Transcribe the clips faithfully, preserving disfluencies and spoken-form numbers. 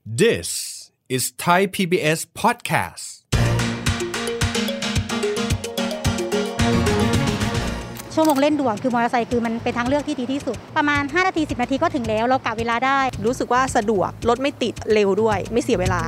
This is Thai พี บี เอส podcast ชั่วโมงเล่นด่วนคือมอเตอร์ไซค์คือมันเป็นทางเลือกที่ดีที่สุดประมาณห้านาทีสิบนาทีก็ถึงแล้วเรากะเวลาได้รู้สึกว่าสะดวกรถไม่ติดเร็วด้วยไม่เสียเวลา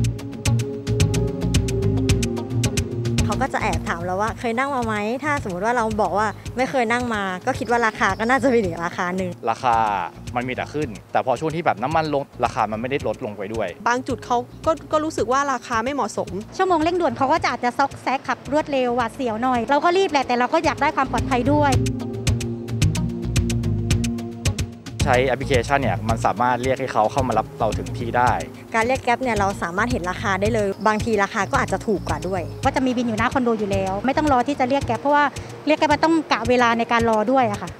เขาก็จะแอบถามเราว่าเคยนั่งมาไหมถ้าสมมติว่าเราบอกว่าไม่เคยนั่งมาก็คิดว่าราคาก็น่าจะเป็นอีกราคาหนึ่งราคามันมีแต่ขึ้นแต่พอช่วงที่แบบน้ำมันลงราคามันไม่ได้ลดลงไปด้วยบางจุดเขาก็ก็รู้สึกว่าราคาไม่เหมาะสมชั่วโมงเร่งด่วนเขาก็จะอาจจะซอกแซกขับรวดเร็วหวาดเสียวหน่อยเราก็รีบแหละแต่เราก็อยากได้ความปลอดภัยด้วยใช้แอปพลิเคชันเนี่ยมันสามารถเรียกให้เขาเข้ามารับเราถึงที่ได้การเรียกแก๊ปเนี่ยเราสามารถเห็นราคาได้เลยบางทีราคาก็อาจจะถูกกว่าด้วยก็จะมีวินอยู่หน้าคอนโดอยู่แล้วไม่ต้องรอที่จะเรียกแก๊ปเพราะว่าเรียกแก๊ปมันต้องกะเวลาในการรอด้วยอะค่ะ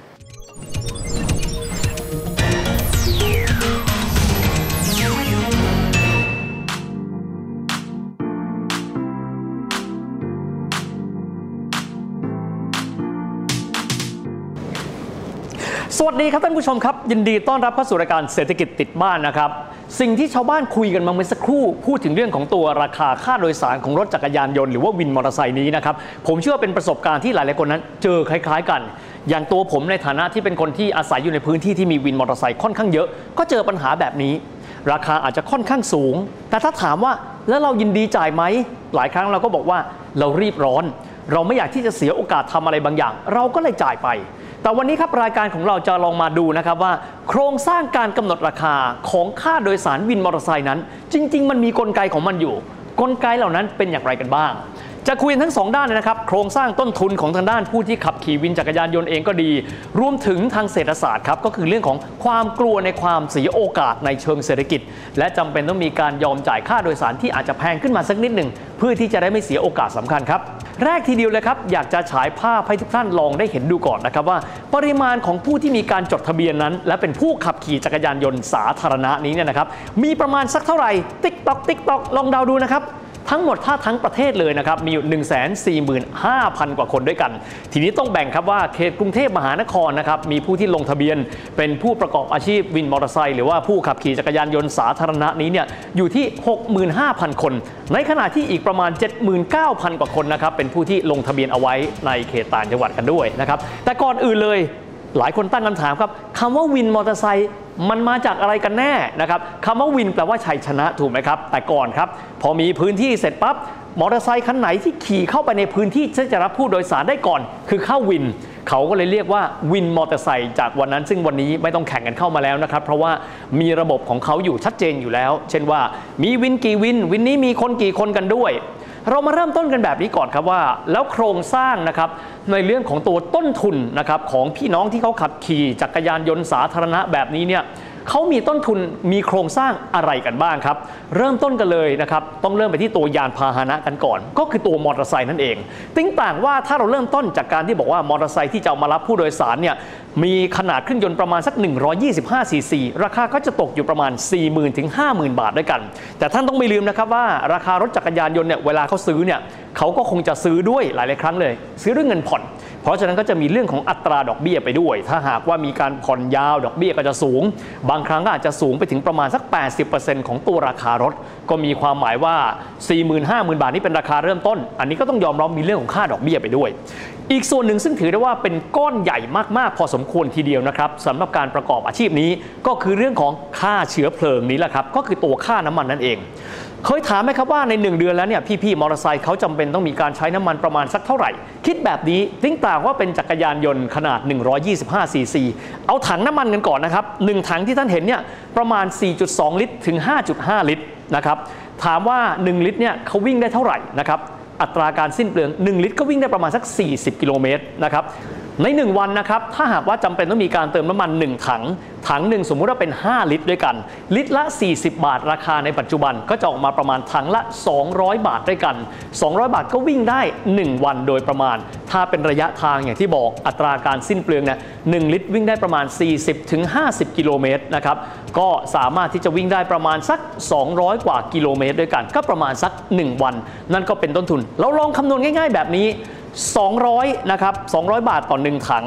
สวัสดีครับท่านผู้ชมครับยินดีต้อนรับเข้าสู่รายการเศรษฐกิจติดบ้านนะครับสิ่งที่ชาวบ้านคุยกันมาเมื่อสักครู่พูดถึงเรื่องของตัวราคาค่าโดยสารของรถจักรยานยนต์หรือว่าวินมอเตอร์ไซค์นี้นะครับผมเชื่อว่าเป็นประสบการณ์ที่หลายๆคนนั้นเจอคล้ายๆกันอย่างตัวผมในฐานะที่เป็นคนที่อาศัยอยู่ในพื้นที่ที่มีวินมอเตอร์ไซค์ค่อนข้างเยอะก็เจอปัญหาแบบนี้ราคาอาจจะค่อนข้างสูงแต่ถ้าถามว่าแล้วเรายินดีจ่ายไหมหลายครั้งเราก็บอกว่าเรารีบร้อนเราไม่อยากที่จะเสียโอกาสทำอะไรบางอย่างเราก็เลยจ่ายไปแต่วันนี้ครับรายการของเราจะลองมาดูนะครับว่าโครงสร้างการกำหนดราคาของค่าโดยสารวินมอเตอร์ไซค์นั้นจริงๆมันมีกลไกของมันอยู่กลไกเหล่านั้นเป็นอย่างไรกันบ้างจะคุยทั้งสองด้านนะครับโครงสร้างต้นทุนของทางด้านผู้ที่ขับขี่วินจักรยานยนต์เองก็ดีรวมถึงทางเศรษฐศาสตร์ครับก็คือเรื่องของความกลัวในความเสียโอกาสในเชิงเศรษฐกิจและจำเป็นต้องมีการยอมจ่ายค่าโดยสารที่อาจจะแพงขึ้นมาสักนิดหนึ่งเพื่อที่จะได้ไม่เสียโอกาสสำคัญครับแรกทีเดียวเลยครับอยากจะฉายภาพให้ทุกท่านลองได้เห็นดูก่อนนะครับว่าปริมาณของผู้ที่มีการจดทะเบียนนั้นและเป็นผู้ขับขี่จักรยานยนต์สาธารณะนี้เนี่ยนะครับมีประมาณสักเท่าไหร่ติ๊กต๊อกติ๊กต๊อกลองเดาดูนะครับทั้งหมดถ้าทั้งประเทศเลยนะครับมีอยู่ หนึ่งแสนสี่หมื่นห้าพัน กว่าคนด้วยกันทีนี้ต้องแบ่งครับว่าเขตกรุงเทพมหานครนะครับมีผู้ที่ลงทะเบียนเป็นผู้ประกอบอาชีพวินมอเตอร์ไซค์หรือว่าผู้ขับขี่จักรยานยนต์สาธารณะนี้เนี่ยอยู่ที่ หกหมื่นห้าพัน คนในขณะที่อีกประมาณ เจ็ดหมื่นเก้าพัน กว่าคนนะครับเป็นผู้ที่ลงทะเบียนเอาไว้ในเขตต่างจังหวัดกันด้วยนะครับแต่ก่อนอื่นเลยหลายคนตั้งคำถามครับคำว่าวินมอเตอร์ไซค์มันมาจากอะไรกันแน่นะครับคำว่าวินแปลว่าชัยชนะถูกไหมครับแต่ก่อนครับพอมีพื้นที่เสร็จปั๊บมอเตอร์ไซค์คันไหนที่ขี่เข้าไปในพื้นที่ที่จะรับผู้โดยสารได้ก่อนคือเข้าวินเขาก็เลยเรียกว่าวินมอเตอร์ไซค์จากวันนั้นซึ่งวันนี้ไม่ต้องแข่งกันเข้ามาแล้วนะครับเพราะว่ามีระบบของเขาอยู่ชัดเจนอยู่แล้วเช่นว่ามีวินกี่วินวินนี้มีคนกี่คนกันด้วยเรามาเริ่มต้นกันแบบนี้ก่อนครับว่าแล้วโครงสร้างนะครับในเรื่องของตัวต้นทุนนะครับของพี่น้องที่เขาขับขี่จักรยานยนต์สาธารณะแบบนี้เนี่ยเขามีต้นทุนมีโครงสร้างอะไรกันบ้างครับเริ่มต้นกันเลยนะครับต้องเริ่มไปที่ตัวยานพาหนะกันก่อนก็คือตัวมอเตอร์ไซค์นั่นเองติ้งต่างว่าถ้าเราเริ่มต้นจากการที่บอกว่ามอเตอร์ไซค์ที่จะเอามารับผู้โดยสารเนี่ยมีขนาดเครื่องยนต์ประมาณสักหนึ่งร้อยยี่สิบห้าซีซีราคาก็จะตกอยู่ประมาณ สี่หมื่น ถึง ห้าหมื่น บาทด้วยกันแต่ท่านต้องไม่ลืมนะครับว่าราคารถจักรยานยนต์เนี่ยเวลาเขาซื้อเนี่ยเขาก็คงจะซื้อด้วยหลายๆครั้งเลยซื้อด้วยเงินผ่อนเพราะฉะนั้นก็จะมีเรื่องของอัตราดอกเบี้ยไปด้วยถ้าหากว่ามีการผ่อนยาวดอกเบี้ยก็จะสูงบางครั้งก็อาจจะสูงไปถึงประมาณสัก แปดสิบเปอร์เซ็นต์ ของตัวราคารถก็มีความหมายว่า สี่หมื่น ห้าหมื่น บาทนี่เป็นราคาเริ่มต้นอันนี้ก็ต้องยอมรับมีเรื่องของค่าดอกเบี้ยไปด้วยอีกส่วนหนึ่งซึ่งถือได้ว่าเป็นก้อนใหญ่มากๆพอสมควรทีเดียวนะครับสำหรับการประกอบอาชีพนี้ก็คือเรื่องของค่าเชื้อเพลิงนี้แหละครับก็คือตัวค่าน้ำมันนั่นเองเคยถามไหมครับว่าในหนึ่งเดือนแล้วเนี่ยพี่ๆมอเตอร์ไซค์เขาจำเป็นต้องมีการใช้น้ำมันประมาณสักเท่าไหร่คิดแบบนี้ติ้งต่างว่าเป็นจักรยานยนต์ขนาดหนึ่งร้อยยี่สิบห้าซีซีเอาถังน้ำมันกันก่อนนะครับหนึ่งถังที่ท่านเห็นเนี่ยประมาณ สี่จุดสอง ลิตรถึง ห้าจุดห้า ลิตรนะครับถามว่าหนึ่งลิตรเนี่ยเขาวิ่งได้เท่าไหร่นะครับอัตราการสิ้นเปลืองหนึ่งลิตรก็วิ่งได้ประมาณสักสี่สิบกิโลเมตรนะครับในหนึ่งวันนะครับถ้าหากว่าจำเป็นต้องมีการเติมน้ำมันหนึ่งถังถังหนึ่งสมมุติว่าเป็นห้าลิตรด้วยกันลิตรละสี่สิบบาทราคาในปัจจุบันก็จะออกมาประมาณถังละสองร้อยบาทด้วยกันสองร้อยบาทก็วิ่งได้หนึ่งวันโดยประมาณถ้าเป็นระยะทางอย่างที่บอกอัตราการสิ้นเปลืองเนี่ยหนึ่งลิตรวิ่งได้ประมาณ สี่สิบถึงห้าสิบ กิโลเมตรนะครับก็สามารถที่จะวิ่งได้ประมาณสักสองร้อยกว่ากิโลเมตรด้วยกันก็ประมาณสักหนึ่งวันนั่นก็เป็นต้นทุนเราลองคำนวณง่ายๆแบบนี้สองร้อยนะครับสองร้อยบาทต่อหนึ่งถัง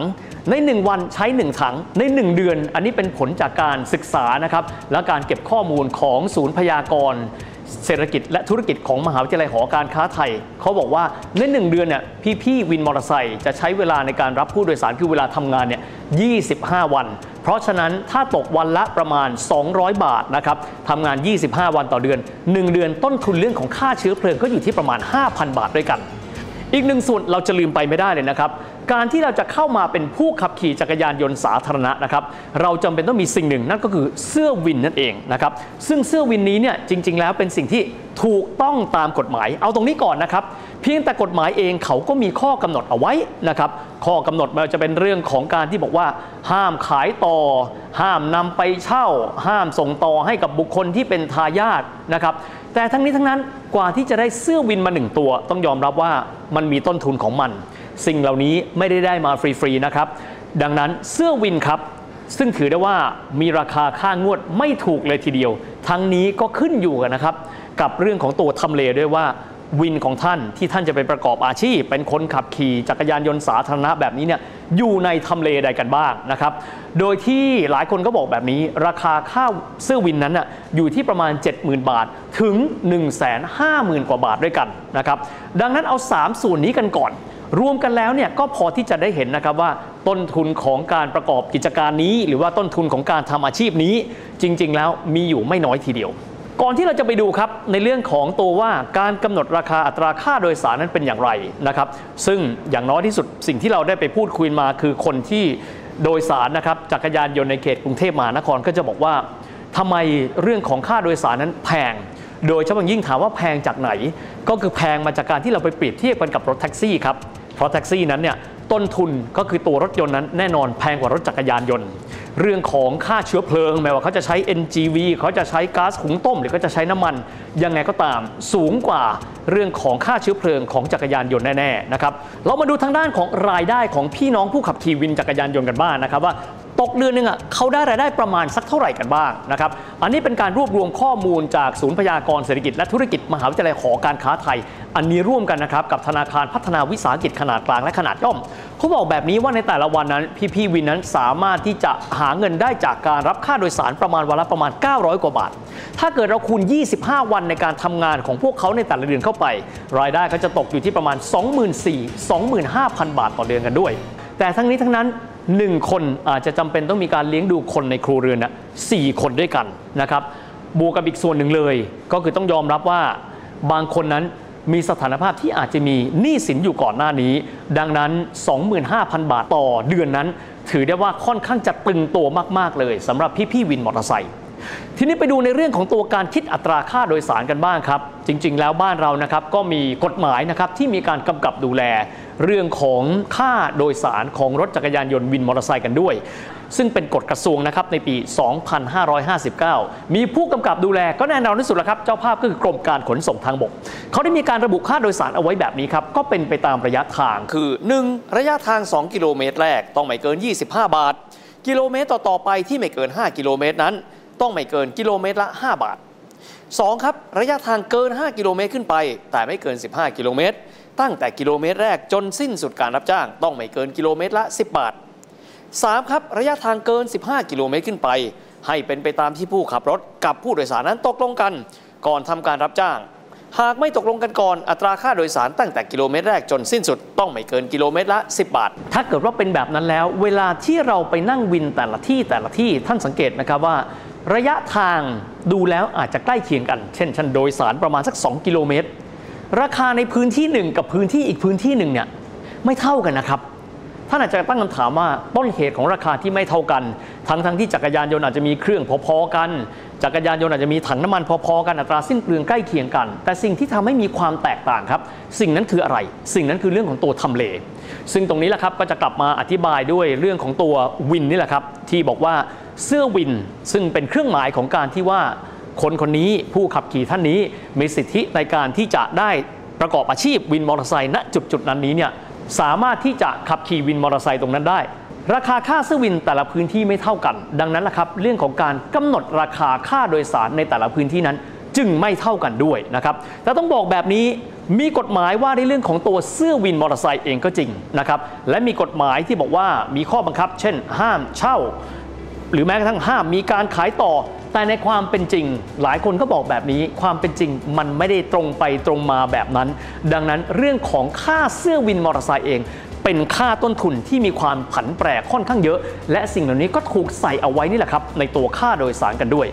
ในหนึ่งวันใช้หนึ่งถังในหนึ่งเดือนอันนี้เป็นผลจากการศึกษานะครับและการเก็บข้อมูลของศูนย์พยากรณ์เศรษฐกิจและธุรกิจของมหาวิทยาลัยหอการค้าไทยเขาบอกว่าในหนึ่งเดือนเนี่ยพี่ๆวินมอเตอร์ไซค์จะใช้เวลาในการรับผู้โดยสารคือเวลาทำงานเนี่ยยี่สิบห้าวันเพราะฉะนั้นถ้าตกวันละประมาณสองร้อยบาทนะครับทำงานยี่สิบห้าวันต่อเดือนหนึ่งเดือนต้นทุนเรื่องของค่าเชื้อเพลิงก็อยู่ที่ประมาณ ห้าพัน บาทด้วยกันอีกหนึ่งส่วนเราจะลืมไปไม่ได้เลยนะครับการที่เราจะเข้ามาเป็นผู้ขับขี่จักรยานยนต์สาธารณะนะครับเราจำเป็นต้องมีสิ่งหนึ่งนั่นก็คือเสื้อวินนั่นเองนะครับซึ่งเสื้อวินนี้เนี่ยจริงๆแล้วเป็นสิ่งที่ถูกต้องตามกฎหมายเอาตรงนี้ก่อนนะครับเพียงแต่กฎหมายเองเขาก็มีข้อกำหนดเอาไว้นะครับข้อกำหนดมันจะเป็นเรื่องของการที่บอกว่าห้ามขายต่อห้ามนำไปเช่าห้ามส่งต่อให้กับบุคคลที่เป็นทายาทนะครับแต่ทั้งนี้ทั้งนั้นกว่าที่จะได้เสื้อวินมาหนึ่งตัวต้องยอมรับว่ามันมีต้นทุนของมันสิ่งเหล่านี้ไม่ได้ได้มาฟรีๆนะครับดังนั้นเสื้อวินครับซึ่งถือได้ว่ามีราคาค่างวดไม่ถูกเลยทีเดียวทั้งนี้ก็ขึ้นอยู่กันนะครับกับเรื่องของตัวทำเลด้วยว่าวินของท่านที่ท่านจะไปประกอบอาชีพเป็นคนขับขี่จักรยานยนต์สาธารณะแบบนี้เนี่ยอยู่ในทำเลใดกันบ้างนะครับโดยที่หลายคนก็บอกแบบนี้ราคาค่าเสื้อวินนั้นน่ะอยู่ที่ประมาณ เจ็ดหมื่น บาทถึง หนึ่งแสนห้าหมื่น กว่าบาทด้วยกันนะครับดังนั้นเอาสามส่วนนี้กันก่อนรวมกันแล้วเนี่ยก็พอที่จะได้เห็นนะครับว่าต้นทุนของการประกอบกิจการนี้หรือว่าต้นทุนของการทำอาชีพนี้จริงๆแล้วมีอยู่ไม่น้อยทีเดียวก่อนที่เราจะไปดูครับในเรื่องของตัวว่าการกำหนดราคาอัตราค่าโดยสารนั้นเป็นอย่างไรนะครับซึ่งอย่างน้อยที่สุดสิ่งที่เราได้ไปพูดคุยมาคือคนที่โดยสารนะครับจักรยานยนต์ในเขตกรุงเทพมหานครก็จะบอกว่าทำไมเรื่องของค่าโดยสารนั้นแพงโดยเฉพาะยิ่งถามว่าแพงจากไหนก็คือแพงมาจากการที่เราไปเปรียบเทียบกันกับรถแท็กซี่ครับเพราะแท็กซี่นั้นเนี่ยต้นทุนก็คือตัวรถยนต์นั้นแน่นอนแพงกว่ารถจักรยานยนต์เรื่องของค่าเชื้อเพลิงแม้ว่าเขาจะใช้ เอ็น จี วี เขาจะใช้ก๊าซหุงต้มหรือก็จะใช้น้ำมันยังไงก็ตามสูงกว่าเรื่องของค่าเชื้อเพลิงของจักรยานยนต์แน่ๆนะครับเรามาดูทางด้านของรายได้ของพี่น้องผู้ขับขี่วินจักรยานยนต์กันบ้างนะครับว่าตกเดือนนึงอ่ะเขาได้รายได้ประมาณสักเท่าไหร่กันบ้างนะครับอันนี้เป็นการรวบรวมข้อมูลจากศูนย์พยากรณ์เศรษฐกิจและธุรกิจมหาวิทยาลัยหอการค้าไทยอันนี้ร่วมกันนะครับกับธนาคารพัฒนาวิสาหกิจขนาดกลางและขนาดย่อมเขาบอกแบบนี้ว่าในแต่ละวันนั้นพี่ๆวินนั้นสามารถที่จะหาเงินได้จากการรับค่าโดยสารประมาณวันละประมาณเก้าร้อยกว่าบาทถ้าเกิดเราคูณยี่สิบห้าวันในการทำงานของพวกเขาในแต่ละเดือนเข้าไปรายได้ก็จะตกอยู่ที่ประมาณ สองหมื่นสี่พัน สองหมื่นห้าพัน บาทต่อเดือนกันด้วยแต่ทั้งนี้ทั้งนั้นหนึ่งคนอาจจะจำเป็นต้องมีการเลี้ยงดูคนในครัวเรือนนะสี่คนด้วยกันนะครับบวกกับอีกส่วนหนึ่งเลยก็คือต้องยอมรับว่าบางคนนั้นมีสถานภาพที่อาจจะมีหนี้สินอยู่ก่อนหน้านี้ดังนั้น สองหมื่นห้าพัน บาทต่อเดือนนั้นถือได้ว่าค่อนข้างจะตึงตัวมากๆเลยสำหรับพี่ๆวินมอเตอร์ไซค์ทีนี้ไปดูในเรื่องของตัวการคิดอัตราค่าโดยสารกันบ้างครับจริงๆแล้วบ้านเรานะครับก็มีกฎหมายนะครับที่มีการกำกับดูแลเรื่องของค่าโดยสารของรถจักรยานยนต์วินมอเตอร์ไซค์กันด้วยซึ่งเป็นกฎกระทรวงนะครับในปี สองพันห้าร้อยห้าสิบเก้า มีผู้กำกับดูแลก็แน่นอนที่สุดแล้วครับเจ้าภาพก็คือกรมการขนส่งทางบกเขาได้มีการระบุค่าโดยสารเอาไว้แบบนี้ครับก็เป็นไปตามระยะทางคือ หนึ่ง ระยะทางสองกิโลเมตรแรกต้องไม่เกินยี่สิบห้าบาทกิโลเมตรต่อๆไปที่ไม่เกินห้ากิโลเมตรนั้นต้องไม่เกินกิโลเมตรละห้าบาทสองครับระยะทางเกินห้ากิโลเมตรขึ้นไปแต่ไม่เกินสิบห้ากิโลเมตรตั้งแต่กิโลเมตรแรกจนสิ้นสุดการรับจ้างต้องไม่เกินกิโลเมตรละสิบบาทสามครับระยะทางเกินสิบห้ากิโลเมตรขึ้นไปให้เป็นไปตามที่ผู้ขับรถกับผู้โดยสารนั้นตกลงกันก่อนทำการรับจ้างหากไม่ตกลงกันก่อนอัตราค่าโดยสารตั้งแต่กิโลเมตรแรกจนสิ้นสุดต้องไม่เกินกิโลเมตรละสิบบาทถ้าเกิดว่าเป็นแบบนั้นแล้วเวลาที่เราไปนั่งวินแต่ละที่แต่ละที่ท่านสังเกตนะครับว่าระยะทางดูแล้วอาจจะใกล้เคียงกันเช่นชั้นโดยสารประมาณสักสองกิโลเมตรราคาในพื้นที่หนึ่งกับพื้นที่อีกพื้นที่หนึ่งเนี่ยไม่เท่ากันนะครับท่านอาจจะตั้งคำถามว่าต้นเหตุของราคาที่ไม่เท่ากันทั้งทั้งที่จักรยานยนต์อาจจะมีเครื่องพอๆกันจักรยานยนต์อาจจะมีถังน้ำมันพอๆกันอัตราสิ้นเปลืองใกล้เคียงกันแต่สิ่งที่ทำให้มีความแตกต่างครับสิ่งนั้นคืออะไรสิ่งนั้นคือเรื่องของตัวทำเลซึ่งตรงนี้แหละครับก็จะกลับมาอธิบายด้วยเรื่องของตัววินนี่แหละครับที่บอกว่าเสื้อวินซึ่งเป็นเครื่องหมายของการที่ว่าคนคนนี้ผู้ขับขี่ท่านนี้มีสิทธิในการที่จะได้ประกอบอาชีพวินมอเตอร์ไซค์ณจุดจุดนั้นนี้เนี่ยสามารถที่จะขับขี่วินมอเตอร์ไซค์ตรงนั้นได้ราคาค่าเสื้อวินแต่ละพื้นที่ไม่เท่ากันดังนั้นแหละครับเรื่องของการกำหนดราคาค่าโดยสารในแต่ละพื้นที่นั้นจึงไม่เท่ากันด้วยนะครับแต่ต้องบอกแบบนี้มีกฎหมายว่าในเรื่องของตัวเสื้อวินมอเตอร์ไซค์เองก็จริงนะครับและมีกฎหมายที่บอกว่ามีข้อบังคับเช่นห้ามเช่าหรือแม้กระทั่งห้ามมีการขายต่อแต่ในความเป็นจริงหลายคนก็บอกแบบนี้ความเป็นจริงมันไม่ได้ตรงไปตรงมาแบบนั้นดังนั้นเรื่องของค่าเสื้อวินมอเตอร์ไซค์เองเป็นค่าต้นทุนที่มีความผันแปรค่อนข้างเยอะและสิ่งเหล่านี้ก็ถูกใส่เอาไว้นี่แหละครับในตัวค่าโดยสารกันด้วย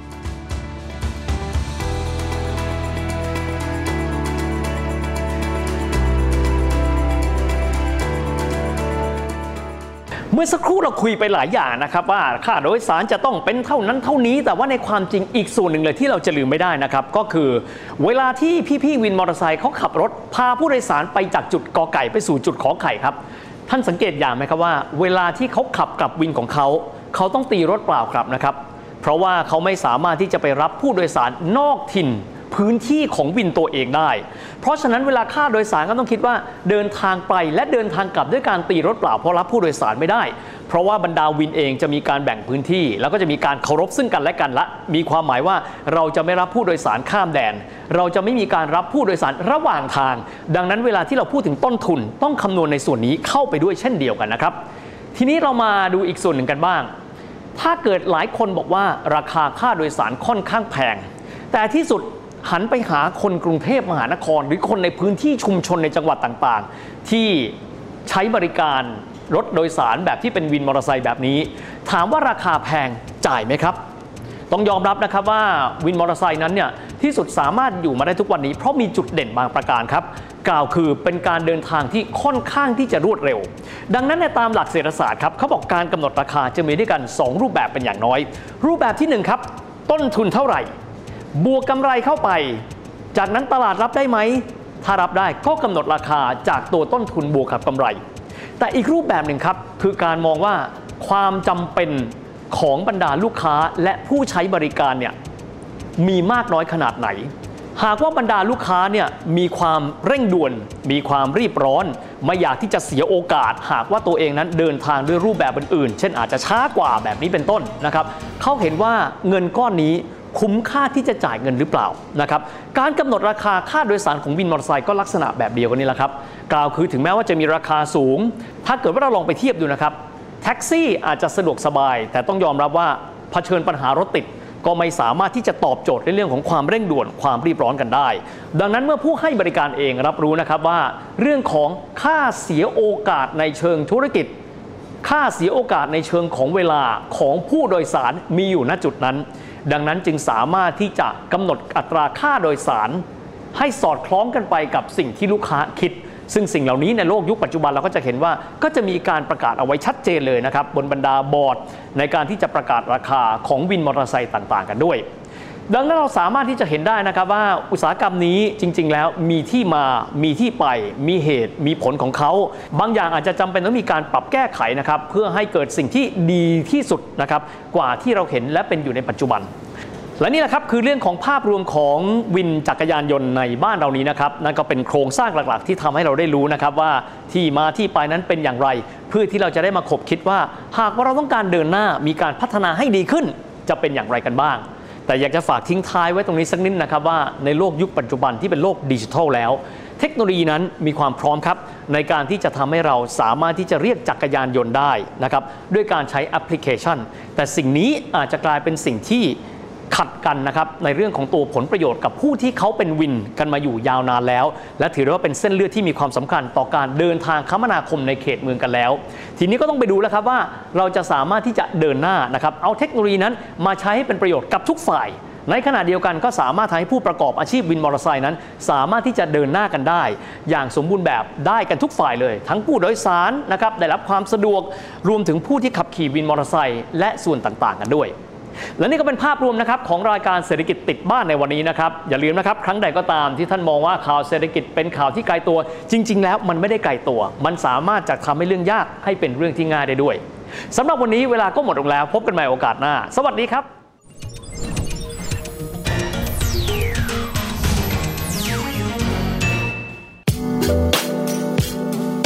เมื่อสักครู่เราคุยไปหลายอย่างนะครับว่าค่าโดยสารจะต้องเป็นเท่านั้นเท่านี้แต่ว่าในความจริงอีกส่วนหนึ่งเลยที่เราจะลืมไม่ได้นะครับก็คือเวลาที่พี่ๆวินมอเตอร์ไซค์เขาขับรถพาผู้โดยสารไปจากจุดกอไก่ไปสู่จุดขอไข่ครับท่านสังเกตอย่างไหมครับว่าเวลาที่เขาขับกลับวินของเขาเขาต้องตีรถเปล่าครับนะครับเพราะว่าเขาไม่สามารถที่จะไปรับผู้โดยสารนอกถิ่นพื้นที่ของวินตัวเองได้เพราะฉะนั้นเวลาค่าโดยสารก็ต้องคิดว่าเดินทางไปและเดินทางกลับด้วยการตีรถเปล่าเพราะรับผู้โดยสารไม่ได้เพราะว่าบรรดาวินเองจะมีการแบ่งพื้นที่แล้วก็จะมีการเคารพซึ่งกันและกันละมีความหมายว่าเราจะไม่รับผู้โดยสารข้ามแดนเราจะไม่มีการรับผู้โดยสารระหว่างทางดังนั้นเวลาที่เราพูดถึงต้นทุนต้องคำนวณในส่วนนี้เข้าไปด้วยเช่นเดียวกันนะครับทีนี้เรามาดูอีกส่วนหนึ่งกันบ้างถ้าเกิดหลายคนบอกว่าราคาค่าโดยสารค่อนข้างแพงแต่ที่สุดหันไปหาคนกรุงเทพมหานครหรือคนในพื้นที่ชุมชนในจังหวัดต่างๆที่ใช้บริการรถโดยสารแบบที่เป็นวินมอเตอร์ไซค์แบบนี้ถามว่าราคาแพงจ่ายไหมครับต้องยอมรับนะครับว่าวินมอเตอร์ไซค์นั้นเนี่ยที่สุดสามารถอยู่มาได้ทุกวันนี้เพราะมีจุดเด่นบางประการครับกล่าวคือเป็นการเดินทางที่ค่อนข้างที่จะรวดเร็วดังนั้นในตามหลักเศรษฐศาสตร์ครับเขาบอกการกำหนดราคาจะมีด้วยกันสองรูปแบบเป็นอย่างน้อยรูปแบบที่หนึ่งครับต้นทุนเท่าไหร่บวกกำไรเข้าไปจากนั้นตลาดรับได้ไหมถ้ารับได้ก็กำหนดราคาจากตัวต้นทุนบวกกับกำไรแต่อีกรูปแบบหนึ่งครับคือการมองว่าความจำเป็นของบรรดาลูกค้าและผู้ใช้บริการเนี่ยมีมากน้อยขนาดไหนหากว่าบรรดาลูกค้าเนี่ยมีความเร่งด่วนมีความรีบร้อนไม่อยากที่จะเสียโอกาสหากว่าตัวเองนั้นเดินทางด้วยรูปแบบอื่นๆเช่นอาจจะช้ากว่าแบบนี้เป็นต้นนะครับเขาเห็นว่าเงินก้อนนี้คุ้มค่าที่จะจ่ายเงินหรือเปล่านะครับการกำหนดราคาค่าโดยสารของวินมอเตอร์ไซค์ก็ลักษณะแบบเดียวกันนี่แหละครับกล่าวคือถึงแม้ว่าจะมีราคาสูงถ้าเกิดว่าเราลองไปเทียบดูนะครับแท็กซี่อาจจะสะดวกสบายแต่ต้องยอมรับว่าเผชิญปัญหารถติดก็ไม่สามารถที่จะตอบโจทย์ในเรื่องของความเร่งด่วนความรีบร้อนกันได้ดังนั้นเมื่อผู้ให้บริการเองรับรู้นะครับว่าเรื่องของค่าเสียโอกาสในเชิงธุรกิจค่าเสียโอกาสในเชิงของเวลาของผู้โดยสารมีอยู่ณจุดนั้นดังนั้นจึงสามารถที่จะกำหนดอัตราค่าโดยสารให้สอดคล้องกันไปกับสิ่งที่ลูกค้าคิดซึ่งสิ่งเหล่านี้ในโลกยุคปัจจุบันเราก็จะเห็นว่าก็จะมีการประกาศเอาไว้ชัดเจนเลยนะครับบนบรรดาบอร์ดในการที่จะประกาศราคาของวินมอเตอร์ไซค์ต่างๆกันด้วยดังนั้นเราสามารถที่จะเห็นได้นะครับว่าอุตสาหกรรมนี้จริงๆแล้วมีที่มามีที่ไปมีเหตุมีผลของเขาบางอย่างอาจจะจำเป็นต้องมีการปรับแก้ไขนะครับเพื่อให้เกิดสิ่งที่ดีที่สุดนะครับกว่าที่เราเห็นและเป็นอยู่ในปัจจุบันและนี่แหละครับคือเรื่องของภาพรวมของวินจักรยานยนต์ในบ้านเรานี้นะครับนั่นก็เป็นโครงสร้างหลักๆที่ทำให้เราได้รู้นะครับว่าที่มาที่ไปนั้นเป็นอย่างไรเพื่อที่เราจะได้มาคบคิดว่าหากว่าเราต้องการเดินหน้ามีการพัฒนาให้ดีขึ้นจะเป็นอย่างไรกันบ้างแต่อยากจะฝากทิ้งท้ายไว้ตรงนี้สักนิดนะครับว่าในโลกยุคปัจจุบันที่เป็นโลกดิจิทัลแล้วเทคโนโลยีนั้นมีความพร้อมครับในการที่จะทำให้เราสามารถที่จะเรียกจักรยานยนต์ได้นะครับด้วยการใช้แอปพลิเคชันแต่สิ่งนี้อาจจะกลายเป็นสิ่งที่ขัดกันนะครับในเรื่องของตัวผลประโยชน์กับผู้ที่เขาเป็นวินกันมาอยู่ยาวนานแล้วและถือว่าเป็นเส้นเลือดที่มีความสำคัญต่อการเดินทางคมนาคมในเขตเมืองกันแล้วทีนี้ก็ต้องไปดูแล้วครับว่าเราจะสามารถที่จะเดินหน้านะครับเอาเทคโนโลยีนั้นมาใช้ให้เป็นประโยชน์กับทุกฝ่ายในขณะเดียวกันก็สามารถทำให้ผู้ประกอบอาชีพวินมอเตอร์ไซค์นั้นสามารถที่จะเดินหน้ากันได้อย่างสมบูรณ์แบบได้กันทุกฝ่ายเลยทั้งผู้โดยสารนะครับได้รับความสะดวกรวมถึงผู้ที่ขับขี่วินมอเตอร์ไซค์และส่วนต่างๆกันด้วยและนี่ก็เป็นภาพรวมนะครับของรายการเศรษฐกิจติดบ้านในวันนี้นะครับอย่าลืมนะครับครั้งใดก็ตามที่ท่านมองว่าข่าวเศรษฐกิจเป็นข่าวที่ไกลตัวจริงๆแล้วมันไม่ได้ไกลตัวมันสามารถจะทำให้เรื่องยากให้เป็นเรื่องที่ง่ายได้ด้วยสำหรับวันนี้เวลาก็หมดลงแล้วพบกันใหม่โอกาสหน้าสวัสดีครับ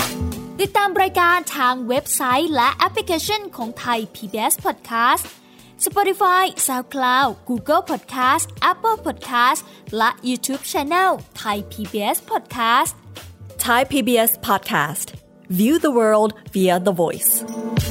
ติดตามรายการทางเว็บไซต์และแอปพลิเคชันของไทย พี บี เอส Podcast Spotify, SoundCloud, Google Podcast, Apple Podcast และ YouTube Channel Thai พี บี เอส Podcast Thai พี บี เอส Podcast View the world via the voice